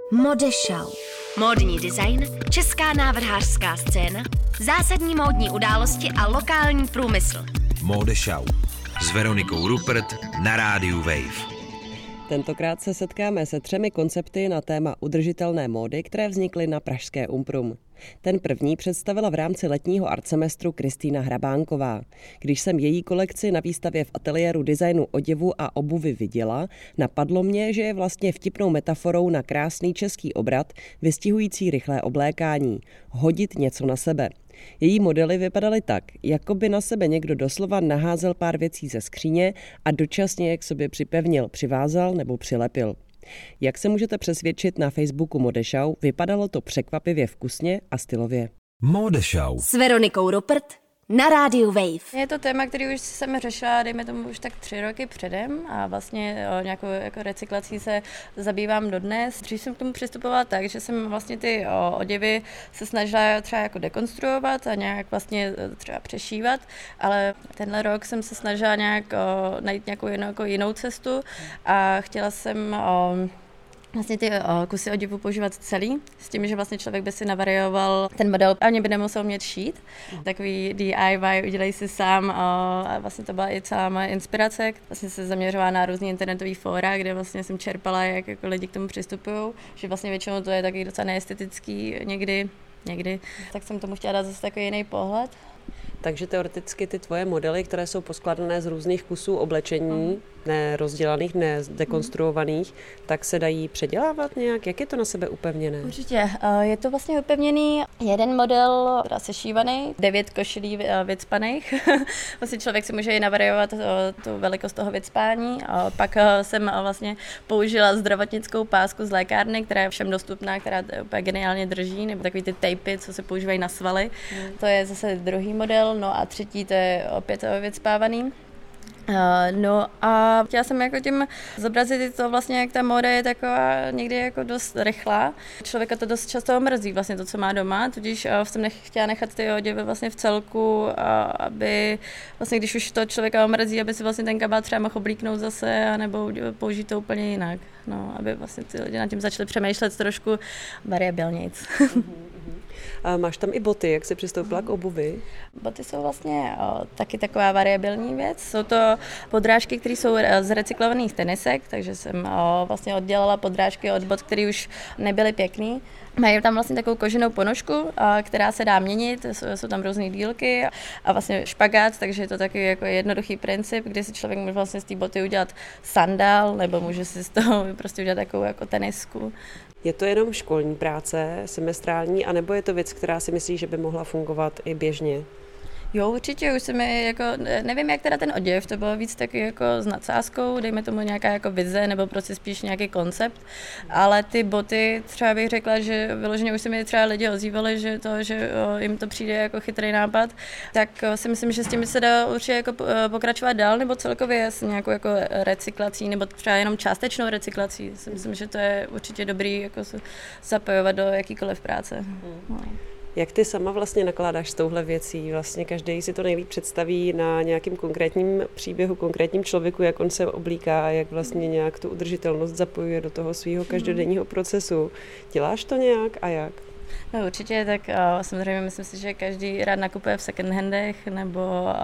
Modeshow. Módní design, česká návrhářská scéna, zásadní módní události a lokální průmysl. Modeshow s Veronikou Rupert na rádiu Wave. Tentokrát se setkáme se 3 koncepty na téma udržitelné módy, které vznikly na pražské Umprum. Ten první představila v rámci letního artsemestru Kristýna Hrabánková. Když jsem její kolekci na výstavě v ateliéru designu oděvu a obuvy viděla, napadlo mě, že je vlastně vtipnou metaforou na krásný český obrat, vystihující rychlé oblékání. Hodit něco na sebe. Její modely vypadaly tak, jako by na sebe někdo doslova naházel pár věcí ze skříně a dočasně je k sobě připevnil, přivázal nebo přilepil. Jak se můžete přesvědčit na Facebooku Modeshow, vypadalo to překvapivě vkusně a stylově. Modeshow S Veronikou Rupert na rádiu Wave. Je to téma, který už jsem řešila, dejme tomu už tak 3 roky předem a vlastně nějakou jako recyklací se zabývám dodnes. Dřív jsem k tomu přistupovala tak, že jsem vlastně ty oděvy se snažila třeba jako dekonstruovat a nějak vlastně třeba přešívat, ale tenhle rok jsem se snažila nějak najít nějakou jinou cestu a chtěla jsem vlastně ty kusy oděvu používat celý, s tím, že vlastně člověk by si navarioval ten model, ani by nemusel umět šít. Takový DIY, udělej si sám, a vlastně to byla i celá moje inspirace. Vlastně se zaměřovala na různý internetový fóra, kde vlastně jsem čerpala, jak jako lidi k tomu přistupují, že vlastně většinou to je taky docela neestetický někdy, tak jsem tomu chtěla dát zase takový jiný pohled. Takže teoreticky ty tvoje modely, které jsou poskládané z různých kusů oblečení, ne rozdělaných, ne dekonstruovaných, tak se dají předělávat nějak? Jak je to na sebe upevněné? Určitě. Je to vlastně upevněný jeden model, sešívaný, 9 košilí vycpaných. Vlastně člověk si může i navariovat tu velikost toho vycpání. Pak jsem vlastně použila zdravotnickou pásku z lékárny, která je všem dostupná, která úplně geniálně drží, nebo takový ty tejpy, co se používají na svaly. To je zase druhý model, no a třetí to je opět vycpávaný. No a chtěla jsem jako tím zobrazit to vlastně, jak ta móda je taková někdy jako dost rychlá. Člověka to dost často mrzí vlastně to, co má doma, tudíž jsem chtěla nechat ty oděvy vlastně v celku, aby vlastně když už to člověka omrzí, aby si vlastně ten kabát třeba mohl oblíknout zase, nebo použít to úplně jinak. No, aby vlastně ty lidi nad tím začali přemýšlet trošku variabilnějc. A máš tam i boty, jak jsi přistoupila k obuvi? Boty jsou vlastně taky taková variabilní věc. Jsou to podrážky, které jsou z recyklovaných tenisek, takže jsem vlastně oddělala podrážky od bot, které už nebyly pěkný. Mají tam vlastně takovou koženou ponožku, která se dá měnit, jsou tam různé dílky a vlastně špagát, takže je to takový jako jednoduchý princip, kdy si člověk může vlastně z té boty udělat sandál, nebo může si z toho prostě udělat takovou jako tenisku. Je to jenom školní práce, semestrální, anebo je to věc, která si myslí, že by mohla fungovat i běžně? Jo, určitě, už jsem jako, nevím, jak teda ten oděv, to bylo víc taky jako s nadsázkou, dejme tomu nějaká jako vize, nebo prostě spíš nějaký koncept, ale ty boty, třeba bych řekla, že vyloženě už se mi třeba lidi ozývali, že jim to přijde jako chytrý nápad, tak si myslím, že s tím se dá určitě jako pokračovat dál, nebo celkově s nějakou jako recyklací, nebo třeba jenom částečnou recyklací. Si myslím, že to je určitě dobrý jako se zapojovat do jakýkoliv práce. No. Jak ty sama vlastně nakládáš s touhle věcí? Vlastně každý si to nejlíp představí na nějakým konkrétním příběhu, konkrétním člověku, jak on se oblíká a jak vlastně nějak tu udržitelnost zapojuje do toho svého každodenního procesu. Děláš to nějak a jak? No určitě, tak samozřejmě myslím si, že každý rád nakupuje v second handech nebo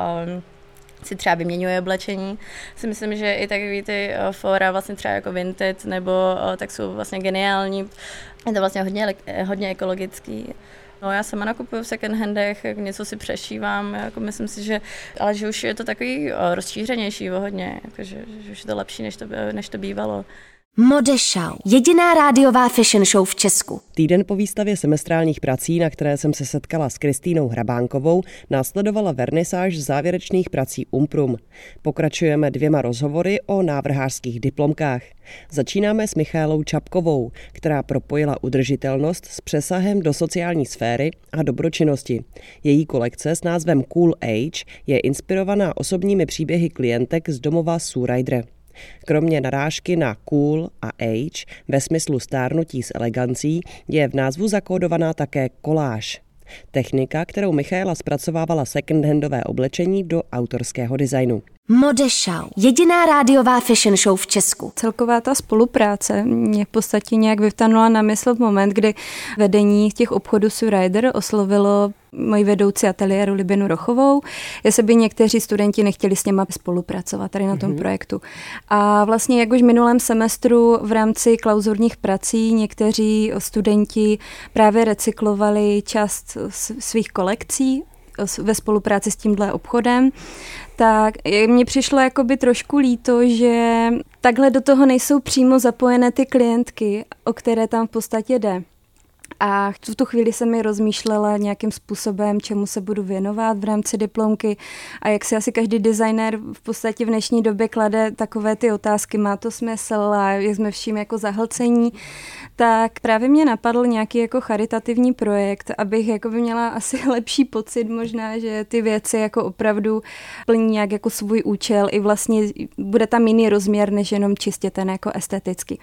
si třeba vyměňuje oblečení. Si myslím, že i takový ty fóra vlastně třeba jako Vinted nebo tak jsou vlastně geniální. Je to vlastně hodně ekologický. No, já sama nakupuju v second handech, něco si přešívám, jako myslím si, že už je to takový rozšířenější hodně, jako, že už je to lepší, než to bývalo. Modeshow. Jediná rádiová fashion show v Česku. Týden po výstavě semestrálních prací, na které jsem se setkala s Kristýnou Hrabánkovou, následovala vernisáž závěrečných prací Umprum. Pokračujeme 2 rozhovory o návrhářských diplomkách. Začínáme s Michaelou Čapkovou, která propojila udržitelnost s přesahem do sociální sféry a dobročinnosti. Její kolekce s názvem Cool Age je inspirovaná osobními příběhy klientek z domova Sue Ryder. Kromě narážky na cool a age ve smyslu stárnutí s elegancí je v názvu zakódovaná také koláž. Technika, kterou Michaela zpracovávala second-handové oblečení do autorského designu. Modeshow. Jediná rádiová fashion show v Česku. Celková ta spolupráce mě v podstatě nějak vyvtanula na mysl v moment, kdy vedení těch obchodů Sue Ryder oslovilo moji vedoucí ateliéru Libinu Rochovou, jestli by někteří studenti nechtěli s něma spolupracovat tady na tom projektu. A vlastně jak už v minulém semestru v rámci klauzurních prací někteří studenti právě recyklovali část svých kolekcí ve spolupráci s tímhle obchodem, tak mně přišlo jakoby trošku líto, že takhle do toho nejsou přímo zapojené ty klientky, o které tam v podstatě jde. A v tu chvíli jsem mi rozmýšlela nějakým způsobem, čemu se budu věnovat v rámci diplomky a jak si asi každý designér v podstatě v dnešní době klade takové ty otázky, má to smysl a jak jsme vším jako zahlcení, tak právě mě napadl nějaký jako charitativní projekt, abych jako by měla asi lepší pocit možná, že ty věci jako opravdu plní nějak jako svůj účel i vlastně bude tam jiný rozměr, než jenom čistě ten jako estetický.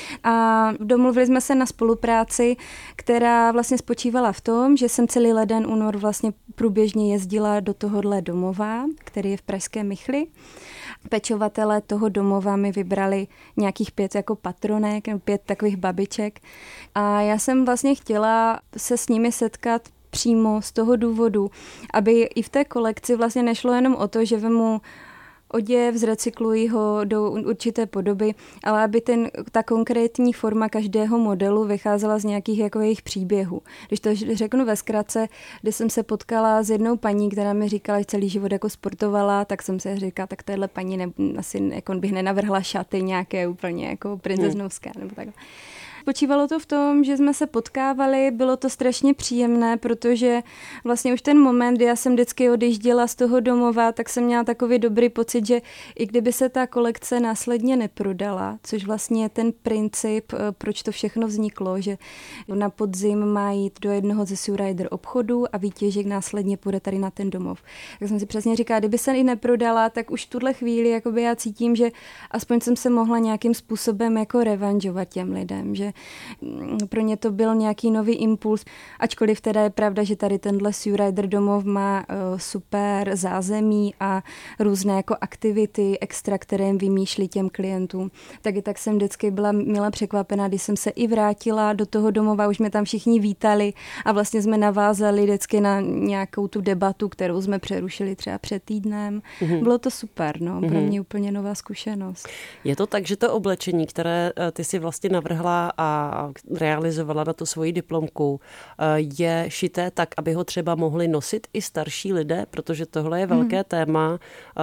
A domluvili jsme se na spolupráci, která vlastně spočívala v tom, že jsem celý leden, únor vlastně průběžně jezdila do tohohle domova, který je v pražské Michli. Pečovatelé toho domova mi vybrali nějakých 5 jako patronek, 5 takových babiček. A já jsem vlastně chtěla se s nimi setkat přímo z toho důvodu, aby i v té kolekci vlastně nešlo jenom o to, že vemu oděv, zrecyklují ho do určité podoby, ale aby ta konkrétní forma každého modelu vycházela z nějakých jako jejich příběhů. Když to řeknu ve zkratce, kdy jsem se potkala s jednou paní, která mi říkala, že celý život jako sportovala, tak jsem si říkala, tak téhle paní asi jako bych nenavrhla šaty nějaké úplně jako princeznovské nebo takhle. Spočívalo to v tom, že jsme se potkávali, bylo to strašně příjemné, protože vlastně už ten moment, kdy já jsem vždycky odjížděla z toho domova, tak jsem měla takový dobrý pocit, že i kdyby se ta kolekce následně neprodala, což vlastně je ten princip, proč to všechno vzniklo, že na podzim má jít do jednoho ze Sue Ryder obchodů a výtěžek následně půjde tady na ten domov. Tak jsem si přesně říkala, kdyby se i neprodala, tak už v tuhle chvíli jakoby já cítím, že aspoň jsem se mohla nějakým způsobem jako revanžovat těm lidem, že pro ně to byl nějaký nový impuls, ačkoliv teda je pravda, že tady tenhle Sue Ryder domov má super zázemí a různé jako aktivity extra, které jim vymýšlí těm klientům. Tak i tak jsem vždycky byla mile překvapená, když jsem se i vrátila do toho domova, už mě tam všichni vítali a vlastně jsme navázali vždycky na nějakou tu debatu, kterou jsme přerušili třeba před týdnem. Bylo to super, no, pro mě úplně nová zkušenost. Je to tak, že to oblečení, které ty si vlastně navrhla a realizovala na tu svoji diplomku, je šité tak, aby ho třeba mohli nosit i starší lidé, protože tohle je velké téma.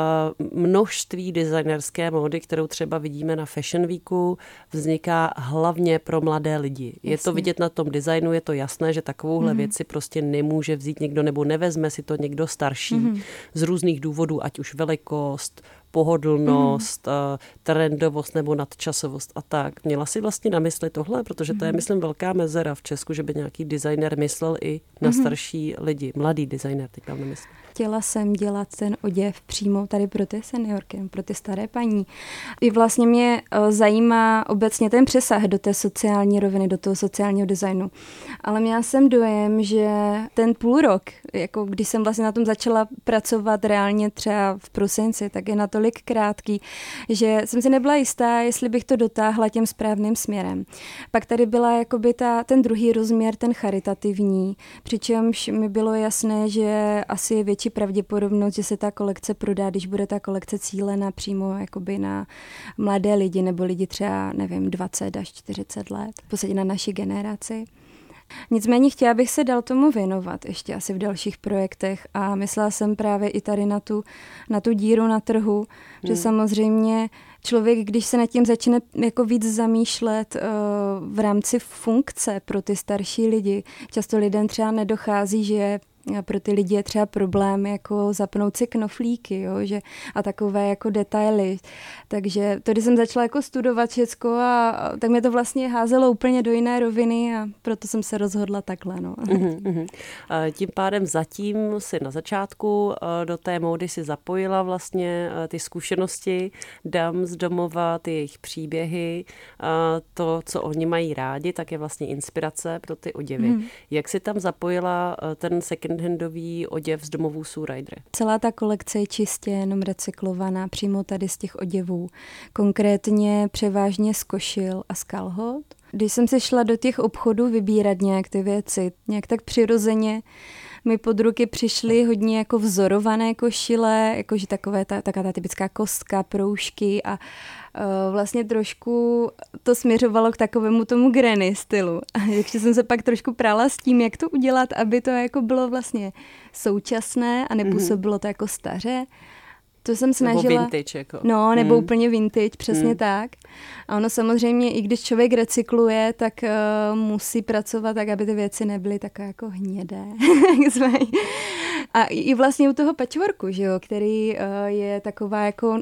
Množství designerské módy, kterou třeba vidíme na Fashion Weeku, vzniká hlavně pro mladé lidi. Je to vidět na tom designu, je to jasné, že takovouhle věc si prostě nemůže vzít někdo nebo nevezme si to někdo starší z různých důvodů, ať už velikost, pohodlnost, trendovost nebo nadčasovost a tak. Měla si vlastně na mysli tohle, protože to je, myslím, velká mezera v Česku, že by nějaký designer myslel i na starší lidi, mladý designer, teď mám na mysli. Chtěla jsem dělat ten oděv přímo tady pro ty seniorky, pro ty staré paní. I vlastně mě zajímá obecně ten přesah do té sociální roviny, do toho sociálního designu. Ale měla jsem dojem, že ten půl rok, jako když jsem vlastně na tom začala pracovat reálně třeba v prosinci, tak je natolik krátký, že jsem si nebyla jistá, jestli bych to dotáhla tím správným směrem. Pak tady byla jakoby ten druhý rozměr, ten charitativní, přičemž mi bylo jasné, že asi je větší pravděpodobnost, že se ta kolekce prodá, když bude ta kolekce cílena přímo jakoby na mladé lidi nebo lidi třeba, nevím, 20 až 40 let, v podstatě na naši generaci. Nicméně chtěla bych se dál tomu věnovat ještě asi v dalších projektech a myslela jsem právě i tady na tu díru na trhu, že samozřejmě člověk, když se nad tím začne jako víc zamýšlet v rámci funkce pro ty starší lidi, často lidem třeba nedochází, že pro ty lidi je třeba problém jako zapnout si knoflíky, jo, že, a takové jako detaily. Takže to, když jsem začala jako studovat všecko, a tak mě to vlastně házelo úplně do jiné roviny a proto jsem se rozhodla takhle. No. Tím pádem zatím si na začátku do té módy si zapojila vlastně ty zkušenosti dam z domova, ty jejich příběhy, to, co oni mají rádi, tak je vlastně inspirace pro ty oděvy. Jak si tam zapojila ten second second-handový oděv z domovů Surrider? Celá ta kolekce je čistě jenom recyklovaná přímo tady z těch oděvů. Konkrétně převážně z košil a z kalhot. Když jsem se šla do těch obchodů vybírat nějak ty věci, nějak tak přirozeně mi pod ruky přišly hodně jako vzorované košile, jakože taková ta typická kostka, proužky a vlastně trošku to směřovalo k takovému tomu granny stylu. Takže jsem se pak trošku prála s tím, jak to udělat, aby to jako bylo vlastně současné a nepůsobilo to jako staře. To jsem snažila. Nebo vintage jako. No, nebo úplně vintage, přesně tak. A ono samozřejmě, i když člověk recykluje, tak musí pracovat tak, aby ty věci nebyly takové jako hnědé. A i vlastně u toho patchworku, že jo, který je taková jako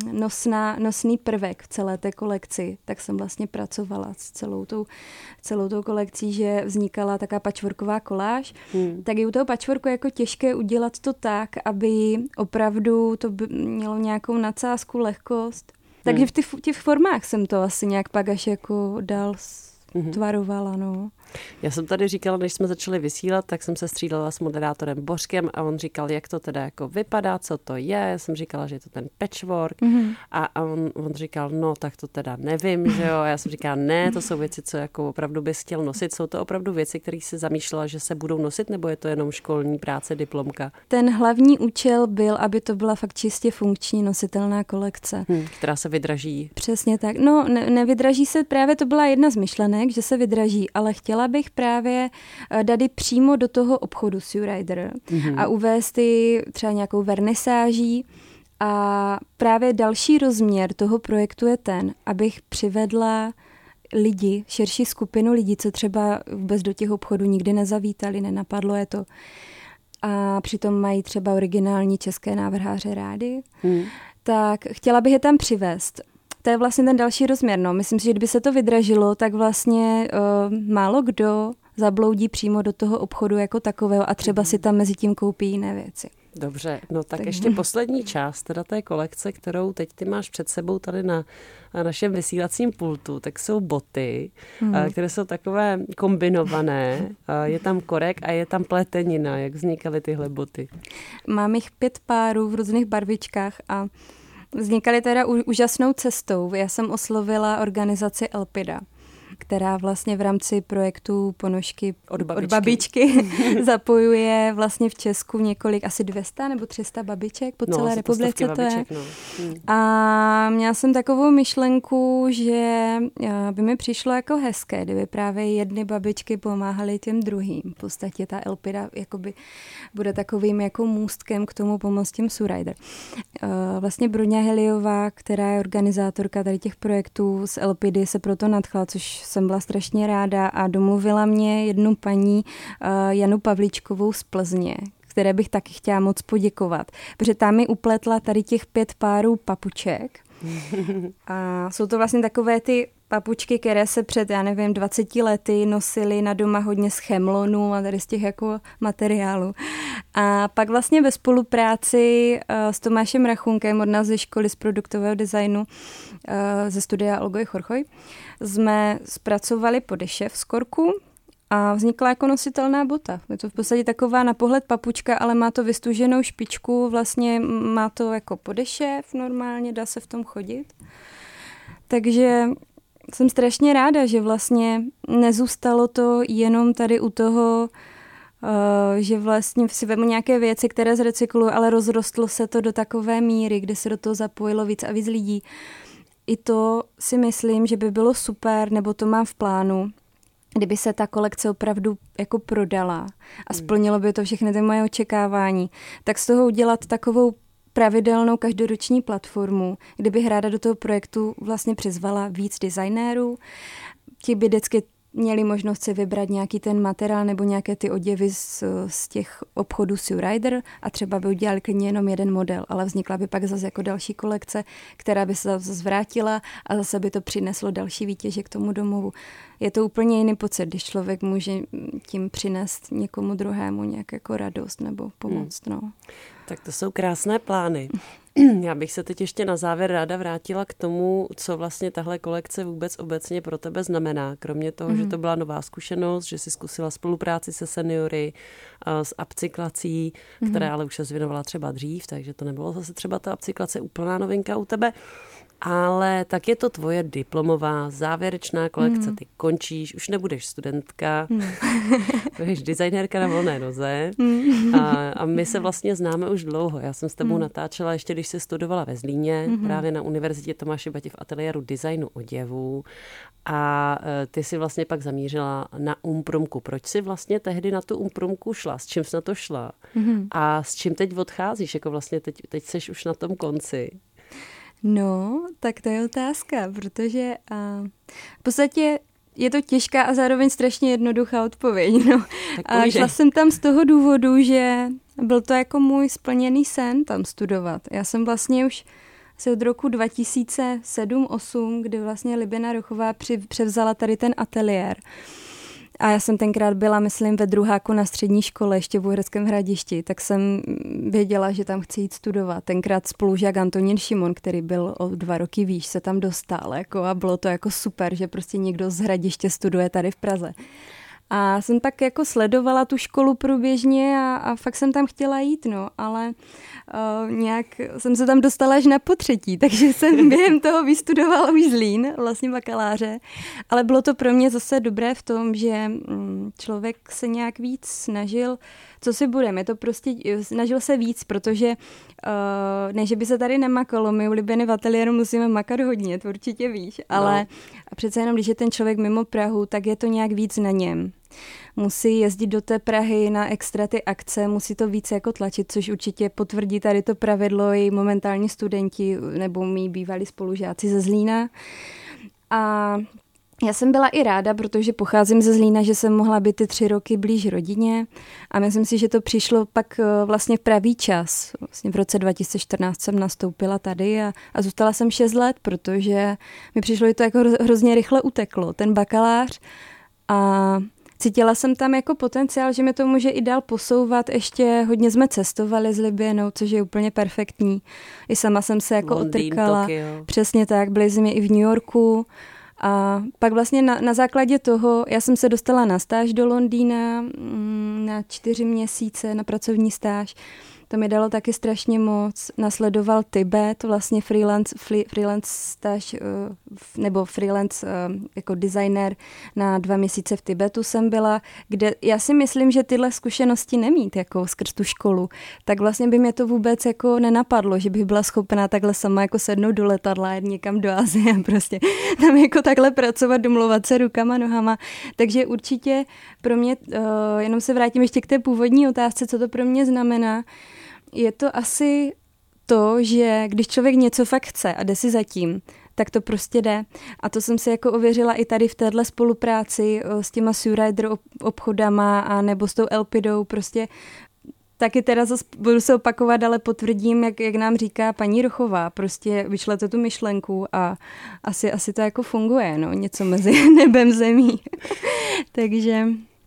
nosný prvek v celé té kolekci, tak jsem vlastně pracovala s celou tou kolekcí, že vznikala taková patchworková koláž. Tak i u toho patchworku je jako těžké udělat to tak, aby opravdu to mělo nějakou nadsázku, lehkost. Takže v těch formách jsem to asi nějak pak až jako dál tvarovala, no. Já jsem tady říkala, než jsme začali vysílat, tak jsem se střídala s moderátorem Bořkem a on říkal, jak to teda jako vypadá, co to je. Já jsem říkala, že je to ten patchwork a on říkal, no tak to teda nevím, že jo. A já jsem říkala, ne, to jsou věci, co jako opravdu bys chtěl nosit. Jsou to opravdu věci, které si zamýšlela, že se budou nosit, nebo je to jenom školní práce, diplomka? Ten hlavní účel byl, aby to byla fakt čistě funkční nositelná kolekce. Která se vydraží. Přesně tak. No, nevydraží se, právě to byla jedna z myšlenek, že se vydraží, ale chtěla bych právě dát přímo do toho obchodu Surrider a uvést i třeba nějakou vernisáží. A právě další rozměr toho projektu je ten, abych přivedla lidi, širší skupinu lidí, co třeba vůbec do těch obchodů nikdy nezavítali, nenapadlo je to. A přitom mají třeba originální české návrháře rády. Tak chtěla bych je tam přivést. To je vlastně ten další rozměr. No. Myslím si, že kdyby se to vydražilo, tak vlastně málo kdo zabloudí přímo do toho obchodu jako takového a třeba si tam mezi tím koupí jiné věci. Dobře, no tak ještě poslední část teda té kolekce, kterou teď ty máš před sebou tady na našem vysílacím pultu, tak jsou boty, které jsou takové kombinované. Je tam korek a je tam pletenina. Jak vznikaly tyhle boty? Mám jich 5 párů v různých barvičkách a vznikaly teda úžasnou cestou. Já jsem oslovila organizaci Elpida, která vlastně v rámci projektu Ponožky od babičky zapojuje vlastně v Česku několik, asi 200 nebo 300 babiček po celé republice to je. No. A měla jsem takovou myšlenku, že by mi přišlo jako hezké, kdyby právě jedny babičky pomáhaly těm druhým. V podstatě ta Elpida jakoby bude takovým jako můstkem k tomu pomoct těm Surrider. Vlastně Broňa Heliová, která je organizátorka tady těch projektů z Elpidy, se proto nadchla, což jsem byla strašně ráda a domluvila mě jednu paní Janu Pavlíčkovou z Plzně, které bych taky chtěla moc poděkovat, protože ta mi upletla tady těch 5 párů papuček a jsou to vlastně takové ty papučky, které se před, 20 lety nosily na doma hodně z chemlonu a tady z těch jako materiálů. A pak vlastně ve spolupráci s Tomášem Rachunkem od nás ze školy z produktového designu ze studia Olgoj Chorchoj jsme zpracovali podešev z korku a vznikla jako nositelná bota. Je to v podstatě taková na pohled papučka, ale má to vystuženou špičku, vlastně má to jako podešev normálně, dá se v tom chodit. Takže jsem strašně ráda, že vlastně nezůstalo to jenom tady u toho, že vlastně si vemu nějaké věci, které zrecykluju, ale rozrostlo se to do takové míry, kde se do toho zapojilo víc a víc lidí. I to si myslím, že by bylo super, nebo to mám v plánu, kdyby se ta kolekce opravdu jako prodala a splnilo by to všechny ty moje očekávání, tak z toho udělat takovou pravidelnou každoroční platformu, kde bych ráda do toho projektu vlastně přizvala víc designérů. Ti by vždycky měli možnost si vybrat nějaký ten materiál nebo nějaké ty oděvy z těch obchodů Surrider a třeba by udělali klidně jenom jeden model, ale vznikla by pak zase jako další kolekce, která by se zase vrátila a zase by to přineslo další výtěžek k tomu domovu. je to úplně jiný pocit, když člověk může tím přinést někomu druhému nějak jako radost nebo pomoct. No. Tak to jsou krásné plány. Já bych se teď ještě na závěr ráda vrátila k tomu, co vlastně tahle kolekce vůbec obecně pro tebe znamená. Kromě toho, že to byla nová zkušenost, že jsi zkusila spolupráci se seniory, s upcyklací, které ale už se zvěnovala třeba dřív, takže to nebylo zase třeba ta upcyklace úplná novinka u tebe. Ale tak je to tvoje diplomová závěrečná kolekce. Ty končíš, už nebudeš studentka, budeš designérka na volné noze a my se vlastně známe už dlouho. Já jsem s tebou natáčela ještě, když jsi studovala ve Zlíně, právě na Univerzitě Tomáše Bati v ateliéru designu oděvů a ty si vlastně pak zamířila na umprumku. Proč jsi vlastně tehdy na tu umprumku šla? S čím jsi na to šla? A s čím teď odcházíš? Jako vlastně teď jsi už na tom konci. No, tak to je otázka, protože v podstatě je to těžká a zároveň strašně jednoduchá odpověď. No. A šla jsem tam z toho důvodu, že byl to jako můj splněný sen tam studovat. Já jsem vlastně už asi od roku 2007-2008, kdy vlastně Liběna Rochová převzala tady ten ateliér. A já jsem tenkrát byla, myslím, ve druháku na střední škole, ještě v Uherském Hradišti, tak jsem věděla, že tam chci jít studovat. Tenkrát spolužák Antonín Šimon, který byl o 2 roky výš, se tam dostal jako, a bylo to jako super, že prostě někdo z Hradiště studuje tady v Praze. A jsem tak jako sledovala tu školu průběžně a fakt jsem tam chtěla jít, no, ale nějak jsem se tam dostala až na potřetí, takže jsem během toho vystudovala už Zlín, vlastně bakaláře, ale bylo to pro mě zase dobré v tom, že člověk se nějak víc snažil, co si budeme, to prostě snažil se víc, protože ne, že by se tady nemakalo, my u Liběny v ateliéru musíme makat hodně, to určitě víš, ale přece jenom, když je ten člověk mimo Prahu, tak je to nějak víc na něm. Musí jezdit do té Prahy na extra ty akce, musí to víc jako tlačit, což určitě potvrdí tady to pravidlo i momentální studenti nebo mý bývalí spolužáci ze Zlína. A já jsem byla i ráda, protože pocházím ze Zlína, že jsem mohla být ty 3 roky blíž rodině a myslím si, že to přišlo pak vlastně v pravý čas. Vlastně v roce 2014 jsem nastoupila tady a zůstala jsem 6 let, protože mi přišlo, že to jako hrozně rychle uteklo, ten bakalář, a cítila jsem tam jako potenciál, že mi to může i dál posouvat. Ještě hodně jsme cestovali s Liběnou, což je úplně perfektní. I sama jsem se jako otrkala. Přesně tak, byli jsme i v New Yorku. A pak vlastně na základě toho, já jsem se dostala na stáž do Londýna na 4 měsíce, na pracovní stáž. To mi dalo taky strašně moc. Nasledoval Tibet, vlastně freelance stáž, nebo freelance jako designer na 2 měsíce v Tibetu jsem byla, kde já si myslím, že tyhle zkušenosti nemít jako skrz tu školu, tak vlastně by mě to vůbec jako nenapadlo, že bych byla schopná takhle sama jako sednout do letadla, jít někam do Asie a prostě tam jako takhle pracovat, domlouvat se rukama, nohama. Takže určitě pro mě, jenom se vrátím ještě k té původní otázce, co to pro mě znamená. Je to asi to, že když člověk něco fakt chce a jde si za tím, tak to prostě jde. A to jsem si jako ověřila i tady v téhle spolupráci s těma Surrider obchodama a nebo s tou Elpidou. Prostě taky teda zase budu se opakovat, ale potvrdím, jak nám říká paní Rochová. Prostě vyšlete tu myšlenku a asi to jako funguje, no, něco mezi nebem zemí. Takže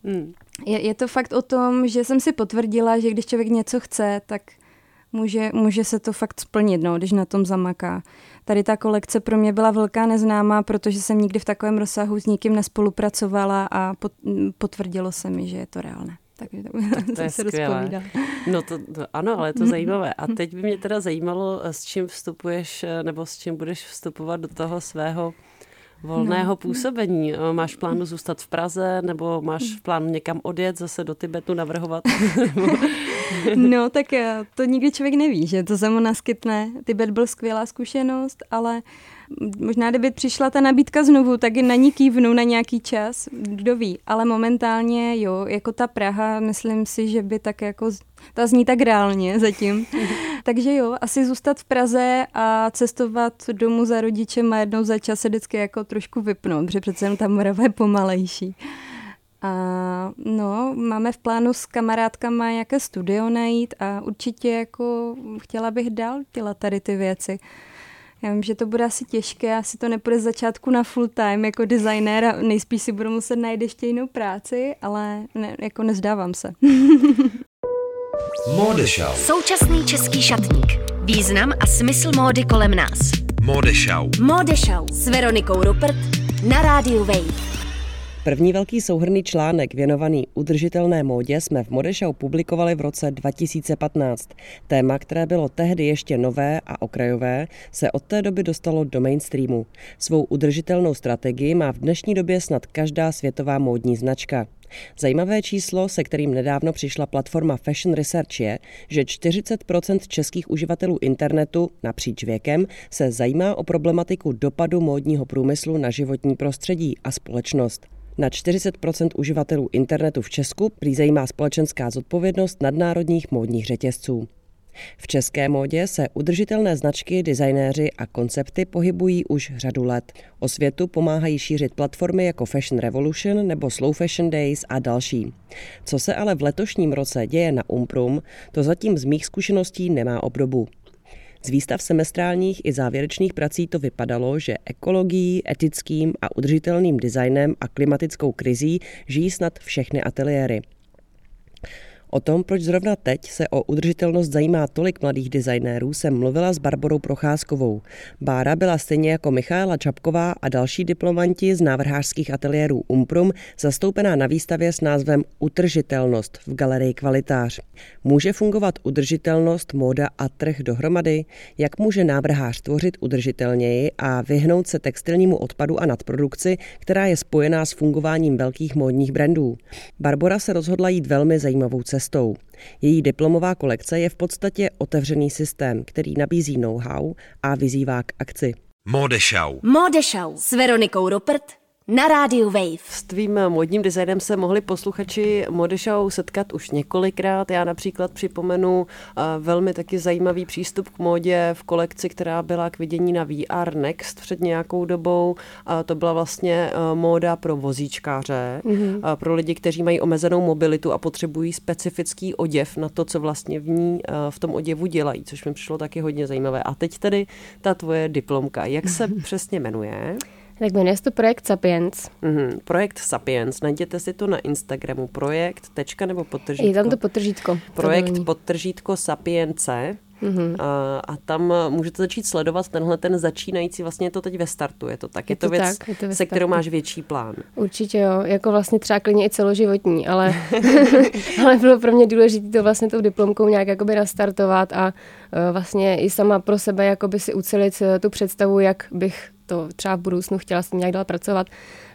je to fakt o tom, že jsem si potvrdila, že když člověk něco chce, tak může se to fakt splnit, no, když na tom zamaká. Tady ta kolekce pro mě byla velká neznámá, protože jsem nikdy v takovém rozsahu s nikým nespolupracovala a potvrdilo se mi, že je to reálné. Takže to je skvělé. No to ano, ale je to zajímavé. A teď by mě teda zajímalo, s čím vstupuješ, nebo s čím budeš vstupovat do toho svého volného působení. Máš v plánu zůstat v Praze, nebo máš v plánu někam odjet, zase do Tibetu navrhovat? No, tak to nikdy člověk neví, že to se mu naskytne. Tibet byl skvělá zkušenost, ale možná, kdyby přišla ta nabídka znovu, tak i na ní kývnu na nějaký čas, kdo ví. Ale momentálně, jo, jako ta Praha, myslím si, že by tak jako, ta zní tak reálně zatím. Takže jo, asi zůstat v Praze a cestovat domů za rodičem a jednou za čas se vždycky jako trošku vypnout, protože přece jen ta Morava je pomalejší. A no, máme v plánu s kamarádkama nějaké studio najít a určitě jako chtěla bych dál dělat tady ty věci. Já vím, že to bude asi těžké, asi to nepůjde z začátku na full time jako designér a nejspíš si budu muset najít ještě jinou práci, ale jako nezdávám se. Modešau. Současný český šatník. Význam a smysl módy kolem nás. Modešau. Modešau s Veronikou Rupert na rádiu Wave. První velký souhrnný článek věnovaný udržitelné módě jsme v Modešau publikovali v roce 2015. Téma, které bylo tehdy ještě nové a okrajové, se od té doby dostalo do mainstreamu. Svou udržitelnou strategii má v dnešní době snad každá světová módní značka. Zajímavé číslo, se kterým nedávno přišla platforma Fashion Research, je, že 40% českých uživatelů internetu napříč věkem se zajímá o problematiku dopadu módního průmyslu na životní prostředí a společnost. Na 40% uživatelů internetu v Česku prý zajímá společenská zodpovědnost nadnárodních módních řetězců. V české módě se udržitelné značky, designéři a koncepty pohybují už řadu let. Osvětu pomáhají šířit platformy jako Fashion Revolution nebo Slow Fashion Days a další. Co se ale v letošním roce děje na Umprum, to zatím z mých zkušeností nemá obdobu. Z výstav semestrálních i závěrečných prací to vypadalo, že ekologií, etickým a udržitelným designem a klimatickou krizí žijí snad všechny ateliéry. O tom, proč zrovna teď se o udržitelnost zajímá tolik mladých designérů, jsem mluvila s Barborou Procházkovou. Bára byla stejně jako Michaela Čapková a další diplomanti z návrhářských ateliérů Umprum zastoupená na výstavě s názvem Utržitelnost v galerii Kvalitář. Může fungovat udržitelnost, móda a trh dohromady? Jak může návrhář tvořit udržitelněji a vyhnout se textilnímu odpadu a nadprodukci, která je spojená s fungováním velkých módních brandů? Barbora se rozhodla jít velmi zajímavou cestou. Její diplomová kolekce je v podstatě otevřený systém, který nabízí know-how a vyzývá k akci. Modešau. Modešau s Veronikou Rupert na rádiu Wave. S tvým módním designem se mohli posluchači Modešau setkat už několikrát. Já například připomenu velmi taky zajímavý přístup k módě v kolekci, která byla k vidění na VR Next před nějakou dobou. To byla vlastně móda pro vozíčkáře, pro lidi, kteří mají omezenou mobilitu a potřebují specifický oděv na to, co vlastně v tom oděvu dělají, což mi přišlo taky hodně zajímavé. A teď tedy ta tvoje diplomka. Jak se přesně jmenuje? Tak jmenuje se to Projekt Sapiens. Projekt Sapiens. Najděte si to na Instagramu. Projekt, tečka nebo podtržítko? Je tam to podtržítko. Projekt podtržítko Sapience. A tam můžete začít sledovat ten začínající, vlastně je to teď ve startu. Je to tak, je to věc, se kterou máš větší plán. Určitě jo, jako vlastně třeba klidně i celoživotní, ale bylo pro mě důležité to vlastně tou diplomkou nějak jakoby nastartovat a vlastně i sama pro sebe jakoby si ucelit tu představu, jak bych to třeba v budoucnu chtěla s tím nějak dál pracovat.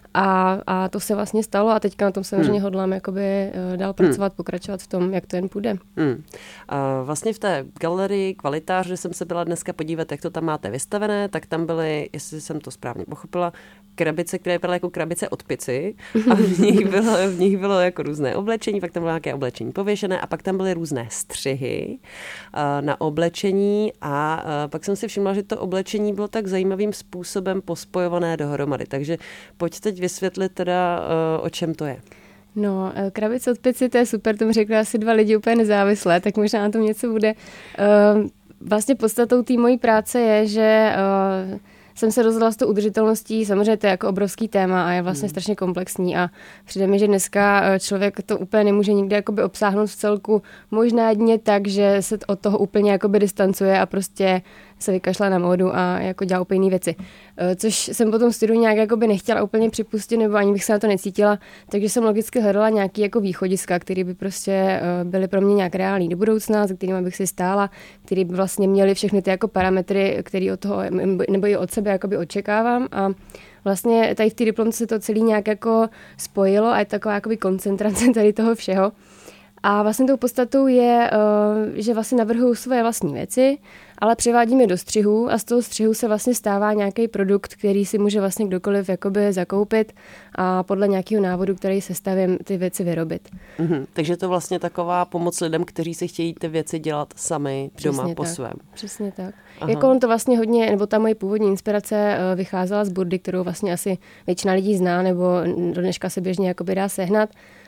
A to se vlastně stalo a teďka na tom samozřejmě hodlám jakoby dál pracovat, pokračovat v tom, jak to jen půjde. Vlastně v té galerii Kvalitář, že jsem se byla dneska podívat, jak to tam máte vystavené, tak tam byly, jestli jsem to správně pochopila, krabice, které vypadaly jako krabice od pici a v nich bylo jako různé oblečení, pak tam bylo nějaké oblečení pověšené a pak tam byly různé střihy na oblečení a pak jsem si všimla, že to oblečení bylo tak zajímavým způsobem pospojované dohromady. Takže pojď teď vysvětlit teda, o čem to je. No, krabice od pici, to je super, tomu řekli asi 2 lidi úplně nezávislé, tak možná na tom něco bude. Vlastně podstatou té mojí práce je, že jsem se rozhodla s tou udržitelností, samozřejmě to je jako obrovský téma a je vlastně strašně komplexní a přijde mi, že dneska člověk to úplně nemůže nikdy jakoby obsáhnout v celku, možná jedině tak, že se od toho úplně jakoby distancuje a prostě se vykašle na módu a jako dělá úplně jiné věci. Což jsem potom studiu nějak jakoby nechtěla úplně připustit, nebo ani bych se na to necítila, takže jsem logicky hledala nějaký jako východiska, které by prostě byly pro mě nějak reální do budoucna, za kterými bych si stála, které by vlastně měly všechny ty jako parametry, které od toho nebo i od sebe jakoby očekávám a vlastně tady v té diplomce se to celé nějak jako spojilo a je taková jakoby koncentrace tady toho všeho. A vlastně tou podstatou je, že vlastně navrhuju svoje vlastní věci, ale převádím je do střihu a z toho střihu se vlastně stává nějaký produkt, který si může vlastně kdokoliv jakoby zakoupit a podle nějakého návodu, který sestavím, ty věci vyrobit. Takže to vlastně taková pomoc lidem, kteří si chtějí ty věci dělat sami doma po svém. Přesně tak. Jako on to vlastně hodně, nebo ta moje původní inspirace vycházela z Burdy, kterou vlastně asi většina lidí zná, nebo do dneška se běžně jakoby dá sehnat.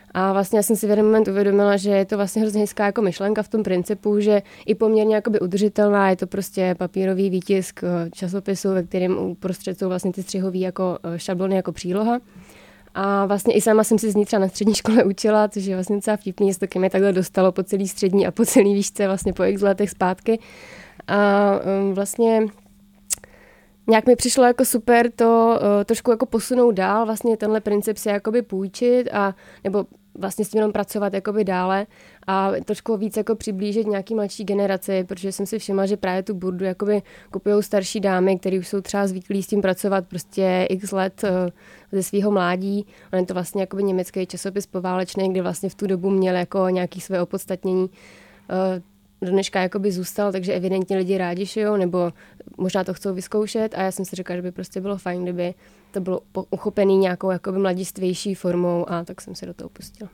A vlastně já jsem si v jeden moment uvědomila, že je to vlastně hrozně hezká jako myšlenka v tom principu, že i poměrně jakoby udržitelná, je to prostě papírový výtisk časopisu, ve kterém uprostřed jsou vlastně ty střihový jako šablony jako příloha. A vlastně i sama jsem si z ní třeba na střední škole učila, což je vlastně docela vtipný, jestli to ke mě takhle dostalo po celý střední a po celý výšce vlastně po x letech zpátky. A vlastně nějak mi přišlo jako super to trošku jako posunout dál, vlastně tenhle princip si jakoby půjčit a nebo vlastně s tím jenom pracovat jakoby dále a trošku víc jako přiblížit nějaký mladší generaci, protože jsem si všimla, že právě tu burdu jakoby kupujou starší dámy, které už jsou třeba zvyklí s tím pracovat prostě x let ze svého mládí. On je to vlastně jakoby německý časopis poválečný, kde vlastně v tu dobu měl jako nějaký své opodstatnění. Do dneška jakoby zůstal, takže evidentně lidi rádi šijou, nebo možná to chcou vyzkoušet a já jsem si říkala, že by prostě bylo fajn, kdyby to bylo uchopený nějakou jakoby mladistvější formou a tak jsem se do toho pustila.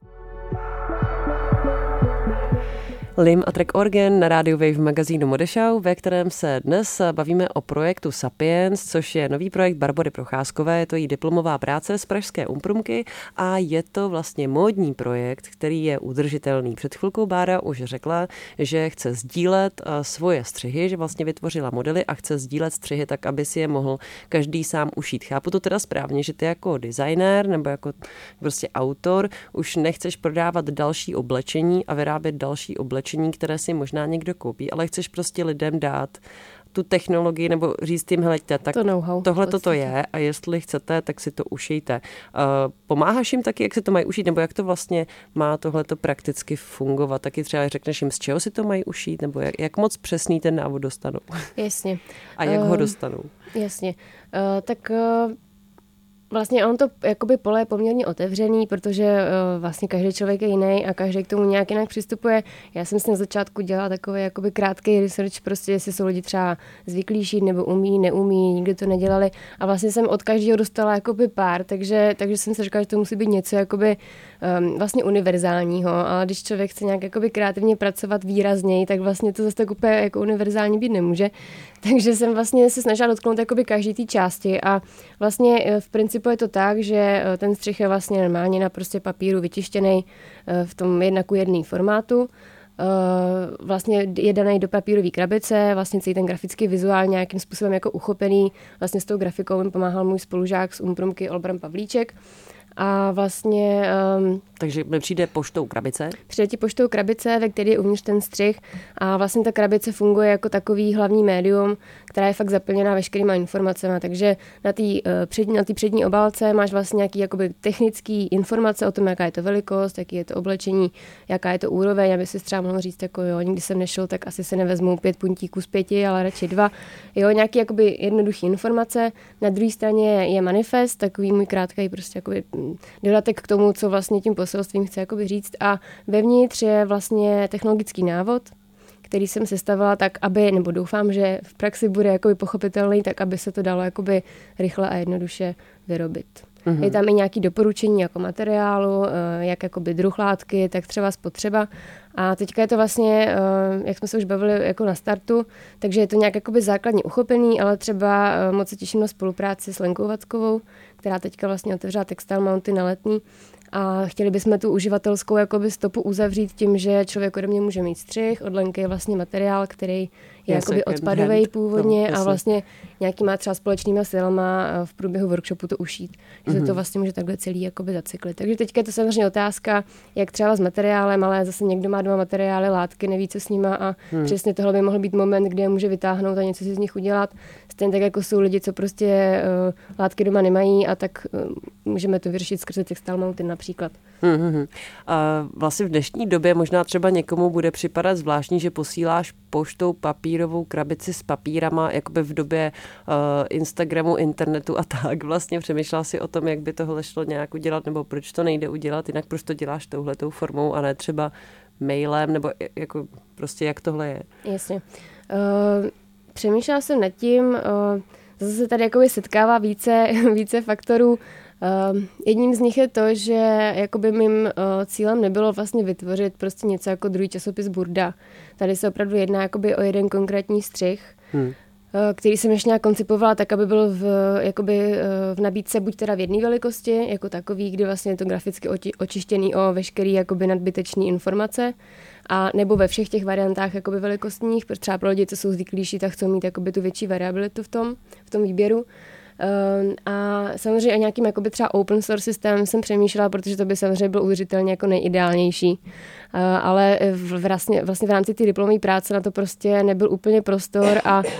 Lim a track Organ na rádiu Wave v magazínu Modešau, ve kterém se dnes bavíme o projektu Sapiens, což je nový projekt Barbory Procházkové, je to její diplomová práce z pražské Umprumky a je to vlastně módní projekt, který je udržitelný. Před chvilkou Bára už řekla, že chce sdílet svoje střihy, že vlastně vytvořila modely a chce sdílet střihy tak, aby si je mohl každý sám ušít. Chápu to teda správně, že ty jako designér nebo jako prostě autor už nechceš prodávat další oblečení a vyrábět další oblečení, které si možná někdo koupí, ale chceš prostě lidem dát tu technologii nebo říct jim, hleďte, tak tohle toto je a jestli chcete, tak si to ušijte. Pomáháš jim taky, jak se to mají ušít, nebo jak to vlastně má tohleto prakticky fungovat? Taky třeba řekneš jim, z čeho si to mají ušít, nebo jak moc přesný ten návod dostanou? Jasně. A jak ho dostanou? Jasně. Vlastně on to jakoby pole je poměrně otevřený, protože vlastně každý člověk je jiný a každý k tomu nějak jinak přistupuje. Já jsem si na začátku dělala takový jakoby krátký research, prostě jestli jsou lidi třeba zvyklí šít nebo umí, neumí, nikdy to nedělali a vlastně jsem od každého dostala jakoby pár, takže jsem si říkala, že to musí být něco jakoby vlastně univerzálního, ale když člověk chce nějak jakoby kreativně pracovat výrazněji, tak vlastně to zase tak úplně jako univerzální být nemůže. Takže jsem vlastně se snažila dotknout jakoby každý té části a vlastně v principu je to tak, že ten střih je vlastně normálně na prostě papíru vytištěný v tom 1:1 formátu. Vlastně je daný do papírové krabice, vlastně celý ten grafický vizuál nějakým způsobem jako uchopený. Vlastně s tou grafikou mi pomáhal můj spolužák z Umprumky Olbram Pavlíček. A vlastně... Takže přijde poštou krabice? Přijde ti poštou krabice, ve které je uvnitř ten střih a vlastně ta krabice funguje jako takový hlavní médium, která je fakt zaplněná veškerýma informacemi. Takže na té přední obálce máš vlastně nějaký jakoby technický informace o tom, jaká je to velikost, jaký je to oblečení, jaká je to úroveň, aby si třeba mohl říct, jako jo, nikdy jsem nešel, tak asi se nevezmu 5 puntíků z 5, ale radši 2. Jo, nějaký jakoby jednoduchý informace. Na druhé straně je manifest, takový můj krátký prostě jakoby dodatek k tomu, co vlastně tím poselstvím chci jakoby říct. A vevnitř je vlastně technologický návod, který jsem sestavila tak, aby, nebo doufám, že v praxi bude jakoby pochopitelný, tak aby se to dalo jakoby rychle a jednoduše vyrobit. Mm-hmm. Je tam i nějaké doporučení jako materiálu, jak jakoby druh látky, tak třeba spotřeba. A teďka je to vlastně, jak jsme se už bavili jako na startu, takže je to nějak jakoby základně uchopený, ale třeba moc se těším na spolupráci s Lenkou Vackovou, která teďka vlastně otevřela Textile Mounty na Letní. A chtěli bychom tu uživatelskou jakoby stopu uzavřít tím, že člověk ode mě může mít střih, od Lenky je vlastně materiál, který je jakoby odpadový původně a vlastně nějaký má třeba společnýma silama v průběhu workshopu to ušít. Že se to vlastně může takhle celý jakoby zacyklit. Takže teďka je to samozřejmě otázka, jak třeba s materiálem, ale zase někdo má 2 materiály, látky, neví co s nima a přesně tohle by mohl být moment, kdy je může vytáhnout a něco si z nich udělat. Stejně tak jako jsou lidi, co prostě látky doma nemají a tak můžeme to vyřešit skrze Textile Mounty například. A vlastně v dnešní době možná třeba někomu bude připadat zvláštní, že posíláš poštou papírovou krabici s papírama, jakoby v době Instagramu, internetu a tak. Vlastně přemýšlela si o tom, jak by tohle šlo nějak udělat, nebo proč to nejde udělat, jinak proč to děláš touhletou formou a ne třeba mailem, nebo jako prostě jak tohle je. Jasně. Přemýšlela jsem nad tím, zase se tady jakoby setkává více faktorů. Jedním z nich je to, že jakoby mým cílem nebylo vlastně vytvořit prostě něco jako druhý časopis Burda. Tady se opravdu jedná jakoby o jeden konkrétní střih. který jsem ještě nějak koncipovala tak, aby byl v nabídce buď teda v jedné velikosti, jako takový, kdy vlastně je to graficky očištěný o veškerý jakoby nadbytečný informace, a nebo ve všech těch variantách jakoby velikostních, třeba pro lidi, co jsou zvyklější, tak chcou mít jakoby tu větší variabilitu v tom výběru. A samozřejmě o nějakým jakoby třeba open source systém jsem přemýšlela, protože to by samozřejmě byl udržitelně jako nejideálnější. Ale vlastně v rámci té diplomové práce na to prostě nebyl úplně prostor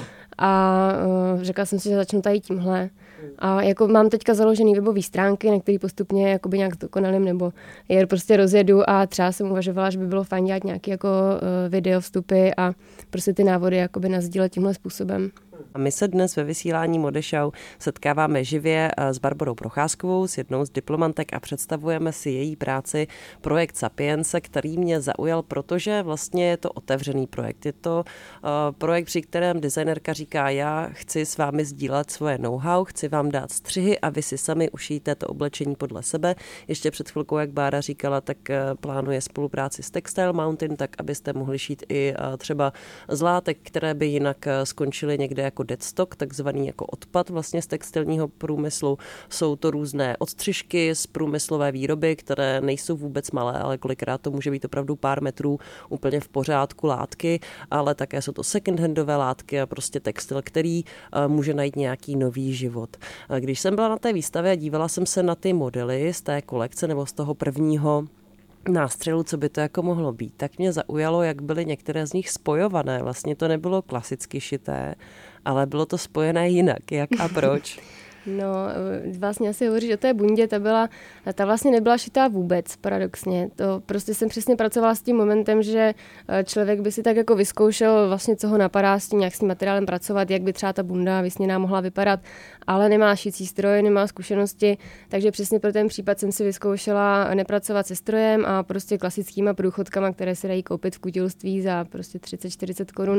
a řekla jsem si, že začnu tady tímhle. A jako mám teďka založený webové stránky, na který postupně jakoby nějak dokonalím nebo je prostě rozjedu, a třeba jsem uvažovala, že by bylo fajn dělat nějaký jako video vstupy a prostě ty návody jakoby nasdílet tímhle způsobem. A my se dnes ve vysílání Mode Show setkáváme živě s Barborou Procházkovou, s jednou z diplomantek, a představujeme si její práci projekt Sapience, který mě zaujal, protože vlastně je to otevřený projekt. Je to projekt, při kterém designérka říká, já chci s vámi sdílet svoje know-how, chci vám dát střihy a vy si sami ušijte to oblečení podle sebe. Ještě před chvilkou, jak Bára říkala, tak plánuje spolupráci s Textile Mountain, tak abyste mohli šít i třeba z látek, které by jinak skončily někde jako deadstock, takzvaný jako odpad vlastně z textilního průmyslu. Jsou to různé odstřižky z průmyslové výroby, které nejsou vůbec malé, ale kolikrát to může být opravdu pár metrů úplně v pořádku látky, ale také jsou to second-handové látky a prostě textil, který může najít nějaký nový život. Když jsem byla na té výstavě a dívala jsem se na ty modely z té kolekce nebo z toho prvního nástřelu, co by to jako mohlo být, tak mě zaujalo, jak byly některé z nich spojované. Vlastně to nebylo klasicky šité, ale bylo to spojené jinak. Jak a proč? No, vlastně asi hovoříš o té bundě, ta vlastně nebyla šitá vůbec, paradoxně. To prostě jsem přesně pracovala s tím momentem, že člověk by si tak jako vyzkoušel vlastně, co ho napadá s tím, jak s tím materiálem pracovat, jak by třeba ta bunda vysněná mohla vypadat, ale nemá šicí stroj, nemá zkušenosti, takže přesně pro ten případ jsem si vyzkoušela nepracovat se strojem a prostě klasickýma průchodkama, které se dají koupit v kutilství za prostě 30-40 korun,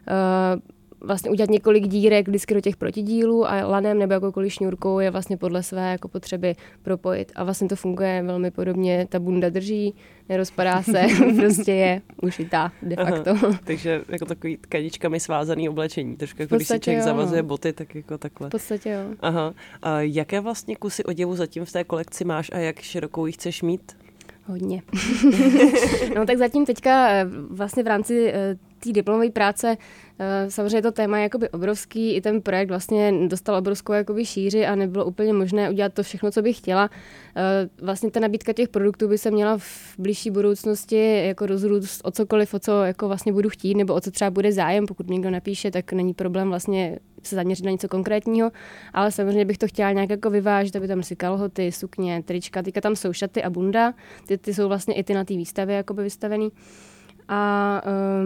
vlastně udělat několik dírek vždycky do těch protidílů a lanem nebo jakoukoliv šňůrkou je vlastně podle své jako potřeby propojit. A vlastně to funguje velmi podobně. Ta bunda drží, nerozpadá se, prostě je ušitá de facto. Aha, takže jako takový tkaničkami svázaný oblečení. Trošku jako když si člověk zavazuje boty, tak jako takhle. V podstatě jo. Aha. A jaké vlastně kusy oděvu zatím v té kolekci máš a jak širokou ji chceš mít? Hodně. No tak zatím teďka vlastně v rámci té diplomové práce samozřejmě to téma je jakoby obrovský, i ten projekt vlastně dostal obrovskou jakoby šíři a nebylo úplně možné udělat to všechno, co bych chtěla. Vlastně ta nabídka těch produktů by se měla v blížší budoucnosti jako rozrůst o cokoliv, o co jako vlastně budu chtít, nebo o co třeba bude zájem, pokud někdo napíše, tak není problém vlastně se zaměřit na něco konkrétního, ale samozřejmě bych to chtěla nějak jako vyvážit, aby tam si kalhoty, sukně, trička, teďka tam jsou šaty a bunda, ty jsou vlastně i ty na té výstavě jakoby vystavený. A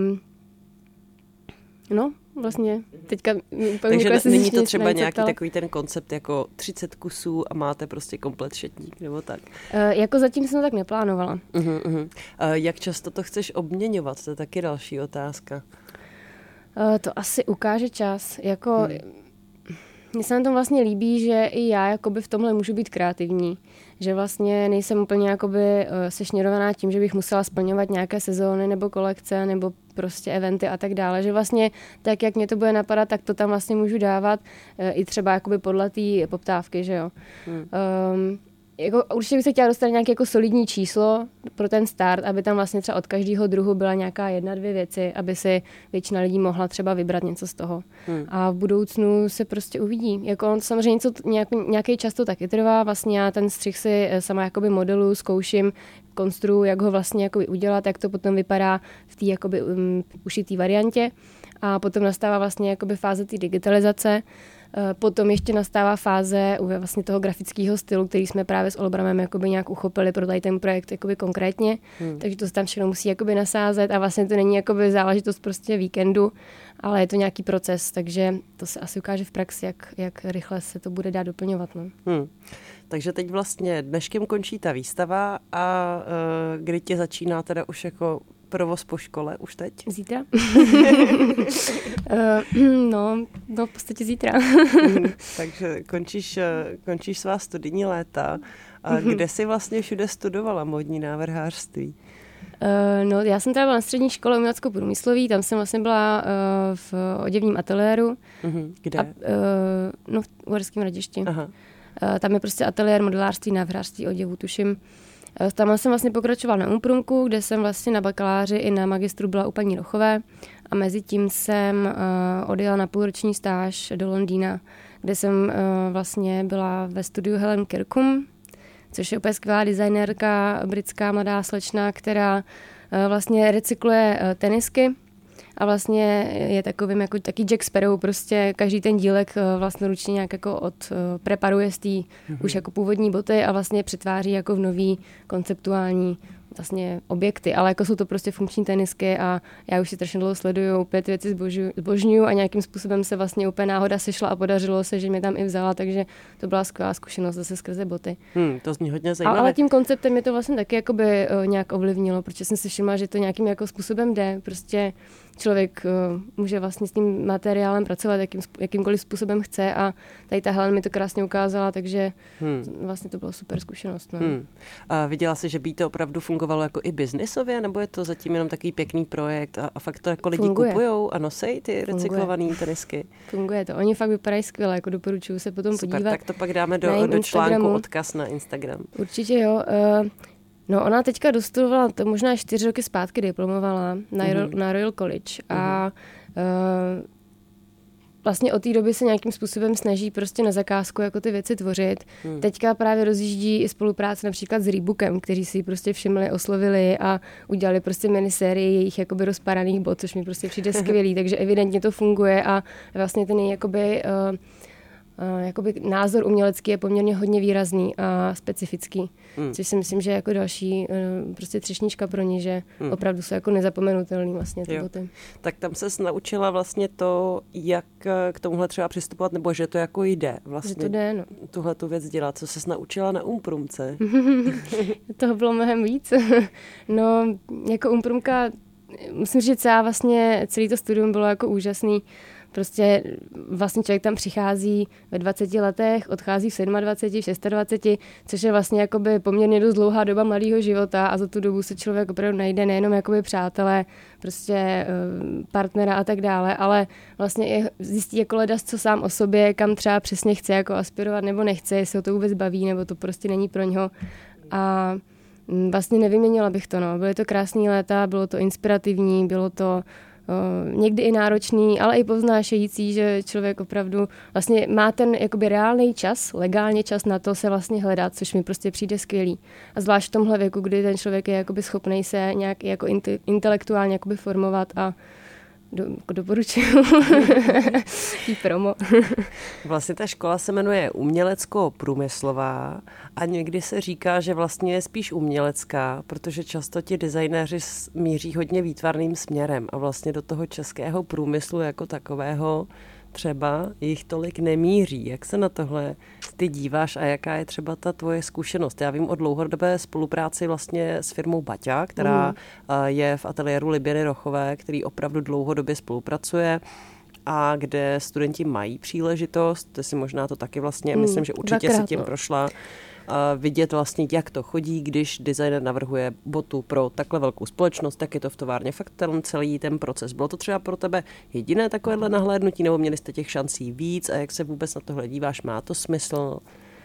no, vlastně teďka... Takže není to třeba nějaký takový ten koncept jako 30 kusů a máte prostě komplet šatník, nebo tak? Jako zatím jsem to tak neplánovala. Jak často to chceš obměňovat? To je taky další otázka. To asi ukáže čas. Jako... Mně se na tom vlastně líbí, že i já jakoby v tomhle můžu být kreativní. Že vlastně nejsem úplně jakoby sešněrovaná tím, že bych musela splňovat nějaké sezóny nebo kolekce nebo prostě eventy a tak dále. Že vlastně tak, jak mě to bude napadat, tak to tam vlastně můžu dávat i třeba jakoby podle té poptávky, že jo. Jako, určitě bych se chtěla dostat nějaké jako solidní číslo pro ten start, aby tam vlastně třeba od každého druhu byla nějaká 1-2 věci, aby si většina lidí mohla třeba vybrat něco z toho. A v budoucnu se prostě uvidí. Jako samozřejmě nějaký čas to taky trvá. Vlastně já ten střih si sama jakoby modelu zkouším, konstruuji, jak ho vlastně jakoby udělat, jak to potom vypadá v té jakoby ušitý variantě. A potom nastává vlastně jakoby fáze té digitalizace. Potom ještě nastává fáze vlastně toho grafického stylu, který jsme právě s Olbramem jakoby nějak uchopili pro tady ten projekt jakoby konkrétně. Takže to se tam všechno musí jakoby nasázet a vlastně to není jakoby záležitost prostě víkendu, ale je to nějaký proces, takže to se asi ukáže v praxi, jak rychle se to bude dát doplňovat. No. Takže teď vlastně dneškem končí ta výstava a kdy tě začíná teda už jako provoz po škole už teď? Zítra? No, v podstatě zítra. Takže končíš svá studijní léta. A kde jsi vlastně všude studovala módní návrhářství? No, já jsem teda byla na střední škole umělecko-průmyslový, tam jsem vlastně byla v oděvním ateliéru. Kde? No, v Uherském Hradišti. Aha. Tam je prostě ateliér modelářství, návrhářství oděvů, tuším. Tam jsem vlastně pokračovala na Umprumku, kde jsem vlastně na bakaláři i na magistru byla u paní Rochové a mezi tím jsem odjela na půlroční stáž do Londýna, kde jsem vlastně byla ve studiu Helen Kirkham, což je úplně skvělá designérka, britská mladá slečna, která vlastně recykluje tenisky a vlastně je takovým jako taký Jack Sparrow, prostě každý ten dílek vlastnoručně nějak jako preparuje z té už jako původní boty a vlastně přetváří jako v nový konceptuální vlastně objekty, ale jako jsou to prostě funkční tenisky a já už si strašně dlouho sleduju, opět věci zbožňuju a nějakým způsobem se vlastně úplně náhoda sešla a podařilo se, že mě tam i vzala, takže to byla skvělá zkušenost zase skrze boty. To zní hodně zajímavé. Ale tím konceptem mě to vlastně taky jakoby nějak ovlivnilo, protože jsem si všimla, že to nějakým jako způsobem jde, prostě člověk může vlastně s tím materiálem pracovat jakýmkoliv způsobem chce a tady ta Helen mi to krásně ukázala, takže vlastně to byla super zkušenost. No. A viděla jsi, že by to opravdu fungovalo jako i biznisově, nebo je to zatím jenom takový pěkný projekt a fakt to jako lidi kupujou a nosej ty recyklované tenisky? Funguje to. Oni fakt vypadají skvěle, jako doporučuji se potom super, podívat. Tak to pak dáme do článku odkaz na Instagram. Určitě jo. No ona teďka dostudovala, to možná 4 roky zpátky diplomovala na Royal College a vlastně od té doby se nějakým způsobem snaží prostě na zakázku jako ty věci tvořit. Teďka právě rozjíždí i spolupráce například s Reebokem, kteří si ji prostě všimli, oslovili a udělali prostě minisérii jejich jakoby rozpadaných bot, což mi prostě přijde skvělý, takže evidentně to funguje a vlastně ten jakoby názor umělecký je poměrně hodně výrazný a specifický, což si myslím, že jako další prostě třešnička pro ní, že opravdu jsou jako nezapomenutelný vlastně ty boty. Tak tam ses naučila vlastně to, jak k tomuhle třeba přistupovat, nebo že to jako jde vlastně. Že to jde, no. Tuhle tu věc dělat. Co ses naučila na Umprumce? Toho bylo mnohem víc. No, jako Umprumka, musím říct, celý to studium bylo jako úžasný. Prostě vlastně člověk tam přichází ve 20 letech, odchází v 27, v 26, což je vlastně jakoby poměrně dost dlouhá doba mladého života a za tu dobu se člověk opravdu najde nejenom jakoby přátelé, prostě partnera a tak dále, ale vlastně i zjistí jako ledas, co sám o sobě, kam třeba přesně chce jako aspirovat nebo nechce, jestli ho to vůbec baví, nebo to prostě není pro něho. A vlastně nevyměnila bych to, no. Byly to krásný léta, bylo to inspirativní, bylo to někdy i náročný, ale i povznášející, že člověk opravdu vlastně má ten jakoby reálný čas, legálně čas na to se vlastně hledat, což mi prostě přijde skvělý. A zvlášť v tomhle věku, kdy ten člověk je jakoby schopný se nějak jako intelektuálně jakoby formovat a doporučuju jí promo. Vlastně ta škola se jmenuje umělecko-průmyslová a někdy se říká, že vlastně je spíš umělecká, protože často ti designéři míří hodně výtvarným směrem a vlastně do toho českého průmyslu jako takového třeba jich tolik nemíří. Jak se na tohle ty díváš a jaká je třeba ta tvoje zkušenost? Já vím o dlouhodobé spolupráci vlastně s firmou Baťa, která je v ateliéru Liběny Rochové, který opravdu dlouhodobě spolupracuje a kde studenti mají příležitost, to si možná to taky vlastně, myslím, že určitě si tím prošla, vidět vlastně, jak to chodí, když designer navrhuje botu pro takhle velkou společnost, tak je to v továrně fakt celý ten proces. Bylo to třeba pro tebe jediné takovéhle nahlédnutí, nebo měli jste těch šancí víc a jak se vůbec na tohle díváš, má to smysl?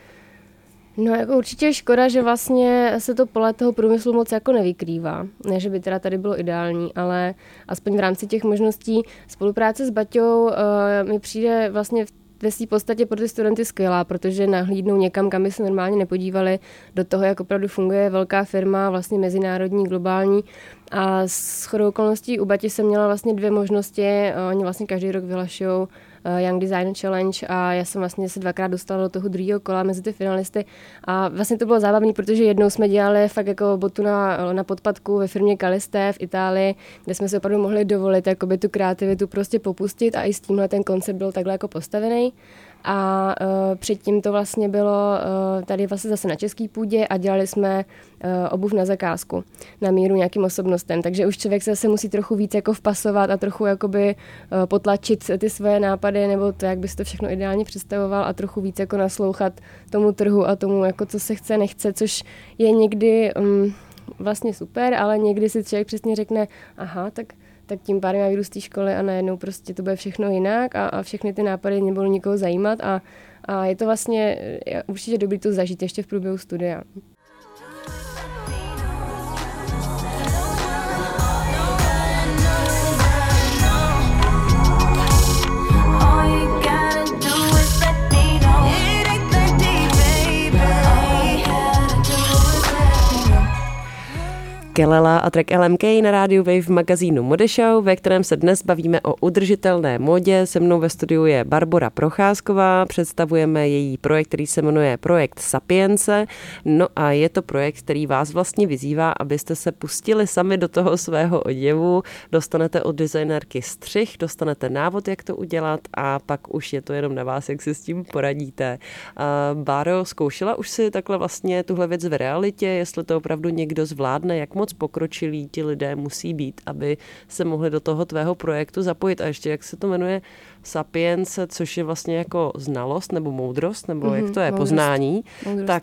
No jako určitě je škoda, že vlastně se to pole toho průmyslu moc jako nevykrývá. Ne, že by teda tady bylo ideální, ale aspoň v rámci těch možností spolupráce s Baťou mi přijde vlastně ve své podstatě pro ty studenty skvělá, protože nahlídnou někam, kam by se normálně nepodívali, do toho, jak opravdu funguje velká firma, vlastně mezinárodní, globální. A s shodou okolností u Bati jsem měla vlastně 2 možnosti. Oni vlastně každý rok vyhlašují Young Designer Challenge a já jsem vlastně se 2krát dostala do toho 2. kola mezi ty finalisty a vlastně to bylo zábavné, protože jednou jsme dělali fakt jako botu na podpadku ve firmě Calisté v Itálii, kde jsme se opravdu mohli dovolit jakoby tu kreativitu prostě popustit a i s tímhle ten koncept byl takhle jako postavený. A předtím to vlastně bylo tady vlastně zase na český půdě a dělali jsme obuv na zakázku na míru nějakým osobnostem, takže už člověk se zase musí trochu víc jako vpasovat a trochu jakoby potlačit ty svoje nápady nebo to, jak bys to všechno ideálně představoval a trochu víc jako naslouchat tomu trhu a tomu, jako co se chce, nechce, což je někdy vlastně super, ale někdy si člověk přesně řekne, aha, tak tím pádem já vyjdu z té školy a najednou prostě to bude všechno jinak a všechny ty nápady nebudou nikoho zajímat a je to vlastně určitě dobrý to zažít ještě v průběhu studia. Kelela a track LMK na rádiu Wave v magazínu Mode Show, ve kterém se dnes bavíme o udržitelné módě. Se mnou ve studiu je Barbora Procházková, představujeme její projekt, který se jmenuje Projekt Sapience. No a je to projekt, který vás vlastně vyzývá, abyste se pustili sami do toho svého oděvu. Dostanete od designérky střih, dostanete návod, jak to udělat a pak už je to jenom na vás, jak si s tím poradíte. Báro, zkoušela už si takhle vlastně tuhle věc v realitě, jestli to opravdu někdo zvládne, jak moc pokročilí ti lidé musí být, aby se mohli do toho tvého projektu zapojit. A ještě, jak se to jmenuje, sapience, což je vlastně jako znalost nebo moudrost, nebo jak to je, moudrost. Poznání, moudrost. Tak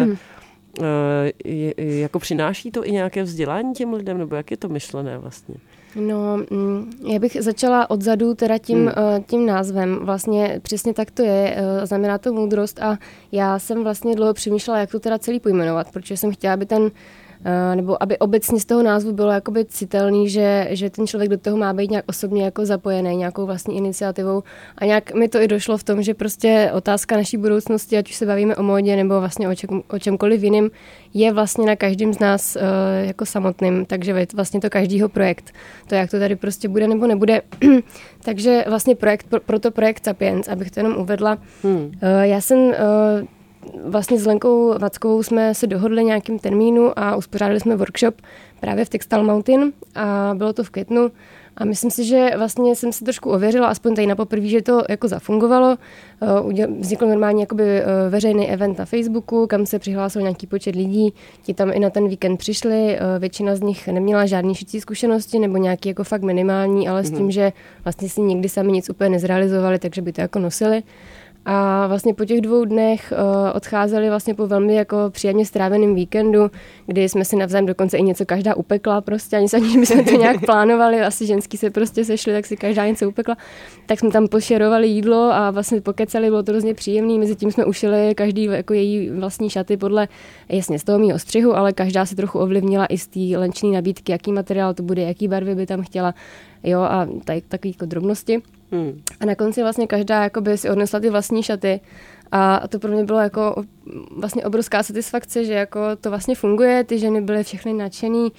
jako přináší to i nějaké vzdělání těm lidem, nebo jak je to myšlené vlastně? No, já bych začala odzadu teda tím názvem. Vlastně přesně tak to je, znamená to moudrost a já jsem vlastně dlouho přemýšlela, jak to teda celý pojmenovat, protože jsem chtěla, aby nebo aby obecně z toho názvu bylo jakoby citelný, že ten člověk do toho má být nějak osobně jako zapojený, nějakou vlastní iniciativou a nějak mi to i došlo v tom, že prostě otázka naší budoucnosti, ať už se bavíme o módě nebo vlastně o čemkoliv jiným, je vlastně na každém z nás jako samotným, takže je to vlastně to každýho projekt. To, jak to tady prostě bude nebo nebude. Takže vlastně proto projekt Sapience, abych to jenom uvedla. Já jsem vlastně s Lenkou Vackovou jsme se dohodli nějakým termínu a uspořádali jsme workshop právě v Textile Mountain a bylo to v květnu a myslím si, že vlastně jsem si trošku ověřila, aspoň tady na poprvé, že to jako zafungovalo. Vznikl normálně jakoby veřejný event na Facebooku, kam se přihlásil nějaký počet lidí, ti tam i na ten víkend přišli, většina z nich neměla žádný šicí zkušenosti nebo nějaký jako fakt minimální, ale s tím, že vlastně si nikdy sami nic úplně nezrealizovali, takže by to jako nosili. A vlastně po těch 2 dnech odcházeli vlastně po velmi jako příjemně stráveném víkendu, kdy jsme si navzájem dokonce i něco každá upekla prostě, ani my jsme to nějak plánovali, asi ženský se prostě sešli, tak si každá něco upekla. Tak jsme tam pošerovali jídlo a vlastně pokecali, bylo to hrozně příjemný, mezi tím jsme ušili každý jako její vlastní šaty podle, jasně z toho mýho střihu, ale každá si trochu ovlivnila i z té lenční nabídky, jaký materiál to bude, jaký barvy by tam chtěla, jo, a takový jako drobnosti. A na konci vlastně každá jakoby si odnesla ty vlastní šaty a to pro mě bylo jako vlastně obrovská satisfakce, že jako to vlastně funguje, ty ženy byly všechny nadšený,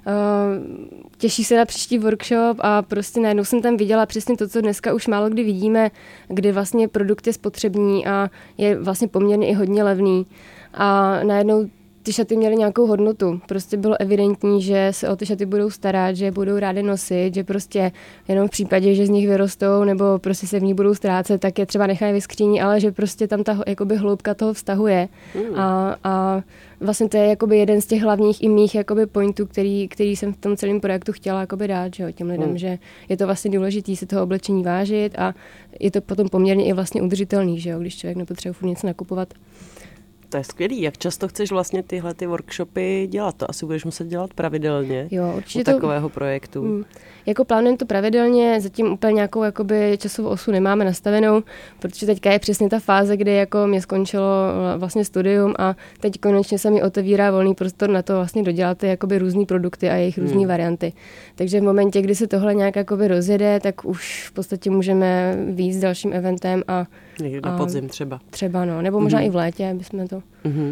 těší se na příští workshop a prostě najednou jsem tam viděla přesně to, co dneska už málo kdy vidíme, kdy vlastně produkt je spotřební a je vlastně poměrně i hodně levný a najednou ty šaty měly nějakou hodnotu. Prostě bylo evidentní, že se o ty šaty budou starat, že budou rády nosit, že prostě jenom v případě, že z nich vyrostou nebo prostě se v ní budou ztrácet, tak je třeba nechají ve skříni, ale že prostě tam ta jakoby hloubka toho vztahu je. A vlastně to je jakoby jeden z těch hlavních i mých jakoby pointů, který jsem v tom celém projektu chtěla jakoby dát, že jo, těm lidem, že je to vlastně důležitý si toho oblečení vážit a je to potom poměrně i vlastně udržitelný, že jo, když člověk nepotřebuje furt něco nakupovat. To je skvělý. Jak často chceš vlastně tyhle ty workshopy dělat? To asi budeš muset dělat pravidelně, jo, určitě u takového projektu. Jako plánujeme to pravidelně, zatím úplně nějakou jakoby časovou osu nemáme nastavenou, protože teďka je přesně ta fáze, kdy jako mě skončilo vlastně studium a teď konečně se mi otevírá volný prostor na to vlastně dodělat jakoby různý produkty a jejich různý varianty. Takže v momentě, kdy se tohle nějak jakoby rozjede, tak už v podstatě můžeme vyjít s dalším eventem a někdy na podzim třeba. Třeba, no, nebo možná i v létě, bychom to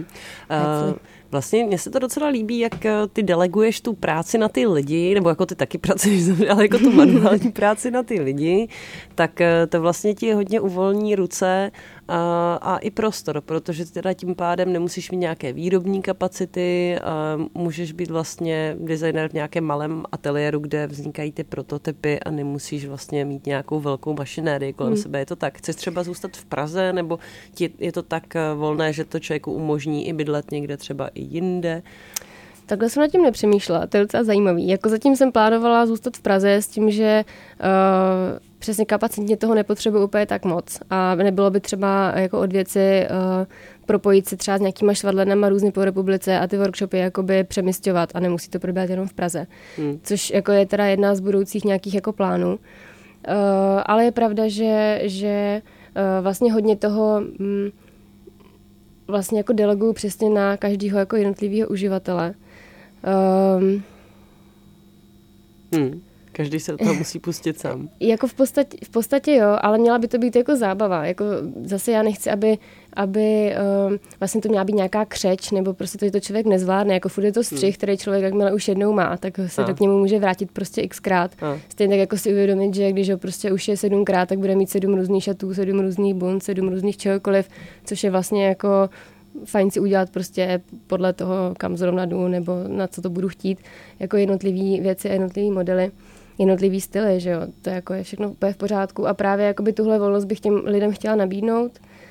Vlastně mně se to docela líbí, jak ty deleguješ tu práci na ty lidi, nebo jako ty taky pracuješ, ale jako tu manuální práci na ty lidi, tak to vlastně ti hodně uvolní ruce a i prostor, protože teda tím pádem nemusíš mít nějaké výrobní kapacity, můžeš být vlastně designer v nějakém malém ateliéru, kde vznikají ty prototypy a nemusíš vlastně mít nějakou velkou mašinérii kolem sebe. Je to tak? Chceš třeba zůstat v Praze, nebo je to tak volné, že to člověku umožní i bydlet někde třeba i jinde? Takhle jsem nad tím nepřemýšlela, to je docela zajímavý. Jako zatím jsem plánovala zůstat v Praze s tím, že přesně kapacitně toho nepotřebuji úplně tak moc a nebylo by třeba jako od věci propojit se třeba s nějakýma švadlenama různě po republice a ty workshopy jakoby přemysťovat a nemusí to probíhat jenom v Praze. Což jako je teda jedna z budoucích nějakých jako plánů. Ale je pravda, že vlastně hodně toho vlastně jako deleguju přesně na každého jako jednotlivého uživatele. Každý se do toho musí pustit sám. Jako v podstatě jo, ale měla by to být jako zábava. Jako zase já nechci, aby vlastně to měla být nějaká křeč, nebo prostě to člověk nezvládne. Jako furt je to střih, který člověk jakmile už jednou má, tak se k němu může vrátit prostě xkrát. Stejně tak jako si uvědomit, že když ho prostě už je 7krát, tak bude mít 7 různých šatů, 7 různých bund, 7 různých čehokoliv, což je vlastně jako fajn si udělat prostě podle toho, kam zrovna jdu, nebo na co to budu chtít, jako jednotlivý věci a jednotlivý modely, jednotlivý styly, že jo, to jako je všechno úplně v pořádku a právě jakoby tuhle volnost bych těm lidem chtěla nabídnout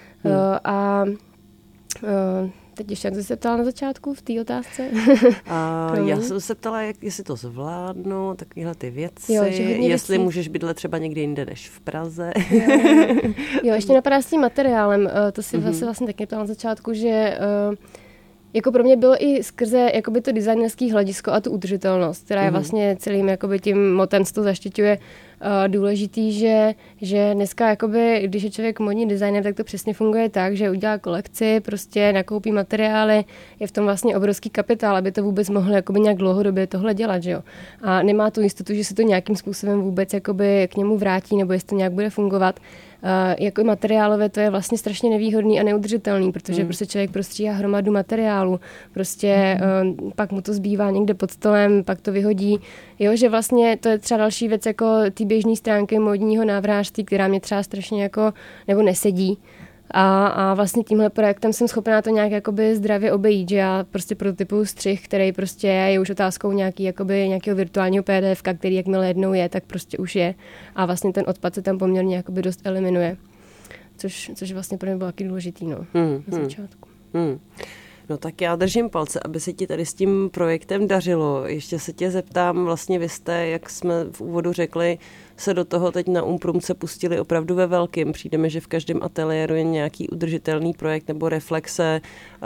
teď ještě, jak jsi se ptala na začátku v té otázce? Já jsem se ptala, jestli to zvládnu, takovéhle ty věci, jo, jestli můžeš bydlet třeba někde jinde než v Praze. Jo, ještě napadá s tím materiálem, to si vlastně taky ptala na začátku, že jako pro mě bylo i skrze jakoby to designerský hledisko a tu udržitelnost, která je vlastně celým jakoby tím motem, co to zaštiťuje, důležitý, že dneska, jakoby, když je člověk modní designer, tak to přesně funguje tak, že udělá kolekci, prostě nakoupí materiály, je v tom vlastně obrovský kapitál, aby to vůbec mohl jakoby nějak dlouhodobě tohle dělat, že jo. A nemá tu jistotu, že se to nějakým způsobem vůbec jakoby k němu vrátí, nebo jestli to nějak bude fungovat. Jako materiálové to je vlastně strašně nevýhodný a neudržitelný, protože prostě člověk prostříhá hromadu materiálu, prostě pak mu to zbývá někde pod stolem, pak to vyhodí. Jo, že vlastně to je třeba další věc jako ty běžné stránky módního návrhářství, která mě třeba strašně jako, nebo nesedí. A vlastně tímhle projektem jsem schopná to nějak jakoby zdravě obejít, že já prostě prototypuju střih, který prostě je už otázkou nějakého virtuálního PDF, který jakmile jednou je, tak prostě už je. A vlastně ten odpad se tam poměrně jakoby dost eliminuje. Což vlastně pro mě bylo taky důležitý, no, na začátku. No tak já držím palce, aby se ti tady s tím projektem dařilo. Ještě se tě zeptám, vlastně vy jste, jak jsme v úvodu řekli, se do toho teď na Umprumce pustili opravdu ve velkým. Přijdeme, že v každém ateliéru je nějaký udržitelný projekt nebo reflexe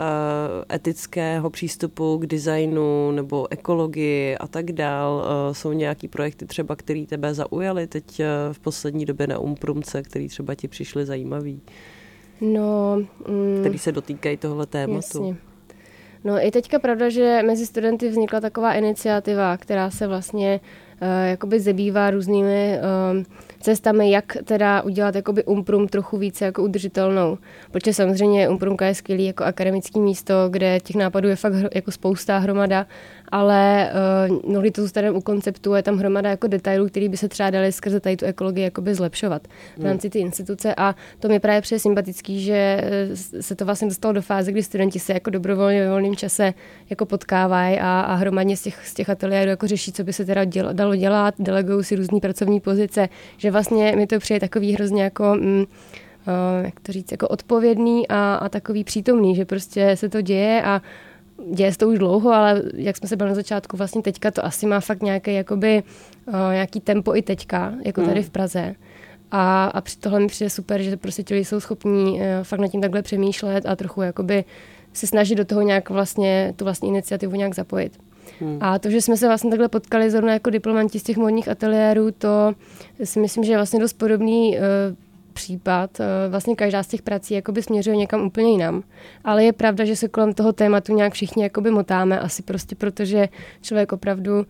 etického přístupu k designu nebo ekologii a tak dál. Jsou nějaký projekty třeba, které tebe zaujaly teď v poslední době na Umprumce, které třeba ti přišly zajímavý? No, který se dotýkají tohle tématu. Jasně. No i teďka pravda, že mezi studenty vznikla taková iniciativa, která se vlastně jakoby zabývá různými cestami, jak teda udělat jakoby Umprum trochu více jako udržitelnou. Protože samozřejmě Umprumka je skvělý jako akademický místo, kde těch nápadů je fakt jako spousta, hromada, ale mnohdy to zůstane u konceptu, je tam hromada jako detailů, který by se třeba dali skrze tady tu ekologii jakoby zlepšovat v rámci ty instituce a to mi právě přijde sympatický, že se to vlastně dostalo do fáze, kdy studenti se jako dobrovolně ve volném čase jako potkávají a hromadně z těch ateliérů jako řeší, co by se teda dalo dělat, delegují si různý pracovní pozice, že vlastně mi to přijde takový hrozně jako jak to říct, jako odpovědný a takový přítomný, že prostě se to děje a děje se to už dlouho, ale jak jsme se bavili na začátku, vlastně teďka to asi má fakt nějaký tempo i teďka, jako tady v Praze. A při tohle mi přijde super, že prostě ti lidi jsou schopní fakt nad tím takhle přemýšlet a trochu jakoby se snažit do toho nějak vlastně tu vlastní iniciativu nějak zapojit. A to, že jsme se vlastně takhle potkali zrovna jako diplomanti z těch módních ateliérů, to si myslím, že je vlastně dost podobný případ. Vlastně každá z těch prací jakoby směřuje někam úplně jinam. Ale je pravda, že se kolem toho tématu nějak všichni jakoby motáme, asi prostě protože člověk opravdu,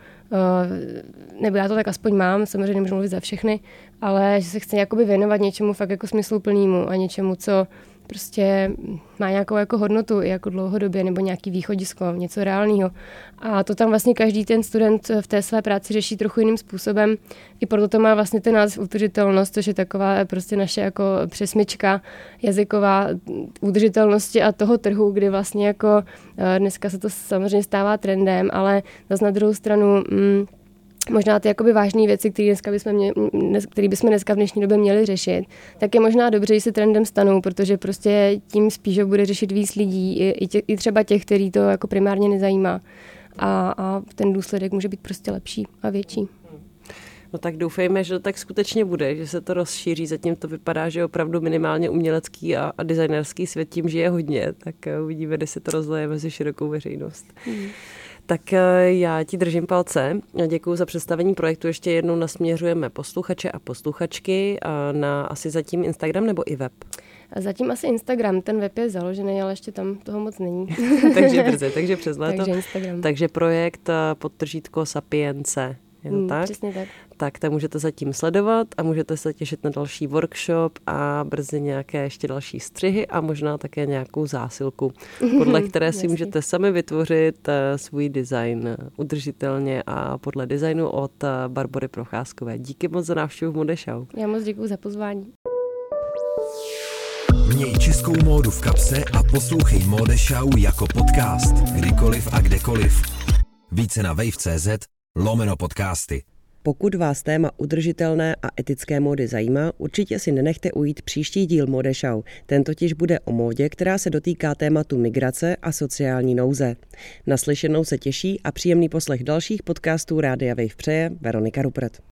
nebo já to tak aspoň mám, samozřejmě nemůžu mluvit za všechny, ale že se chce jakoby věnovat něčemu fakt jako smysluplnému a něčemu, co prostě má nějakou jako hodnotu i jako dlouhodobě nebo nějaký východisko, něco reálného. A to tam vlastně každý ten student v té své práci řeší trochu jiným způsobem. I proto to má vlastně ten název udržitelnost, což je taková prostě naše jako přesmyčka jazyková udržitelnosti a toho trhu, kdy vlastně jako dneska se to samozřejmě stává trendem, ale zase na druhou stranu možná ty jakoby vážné věci, které bychom dneska v dnešní době měli řešit, tak je možná dobře, že se trendem stanou, protože prostě tím spíš bude řešit víc lidí, i třeba těch, který to jako primárně nezajímá. A ten důsledek může být prostě lepší a větší. No tak doufejme, že to tak skutečně bude, že se to rozšíří. Zatím to vypadá, že opravdu minimálně umělecký a designerský svět tím žije hodně, tak uvidíme, kdy se to rozleje mezi širokou veřejnost. Tak já ti držím palce. Děkuji za představení projektu. Ještě jednou nasměřujeme posluchače a posluchačky na asi zatím Instagram nebo i web? Zatím asi Instagram. Ten web je založený, ale ještě tam toho moc není. Takže brzy, takže přes léto. Takže Instagram. Takže projekt _ Sapience. Je to tak? Přesně tak. Tak to můžete zatím sledovat a můžete se těšit na další workshop a brzy nějaké ještě další střihy a možná také nějakou zásilku, podle které si můžete sami vytvořit svůj design udržitelně a podle designu od Barbory Procházkové. Díky moc za návštěvu v Modeshow. Já moc děkuji za pozvání. Měj českou módu v kapse a poslouchej Modeshow jako podcast, kdykoliv a kdekoliv. Více na wave.cz/podcasty. Pokud vás téma udržitelné a etické módy zajímá, určitě si nenechte ujít příští díl Modeshow. Ten totiž bude o módě, která se dotýká tématu migrace a sociální nouze. Naslyšenou se těší a příjemný poslech dalších podcastů Rádia Wave přeje Veronika Rupert.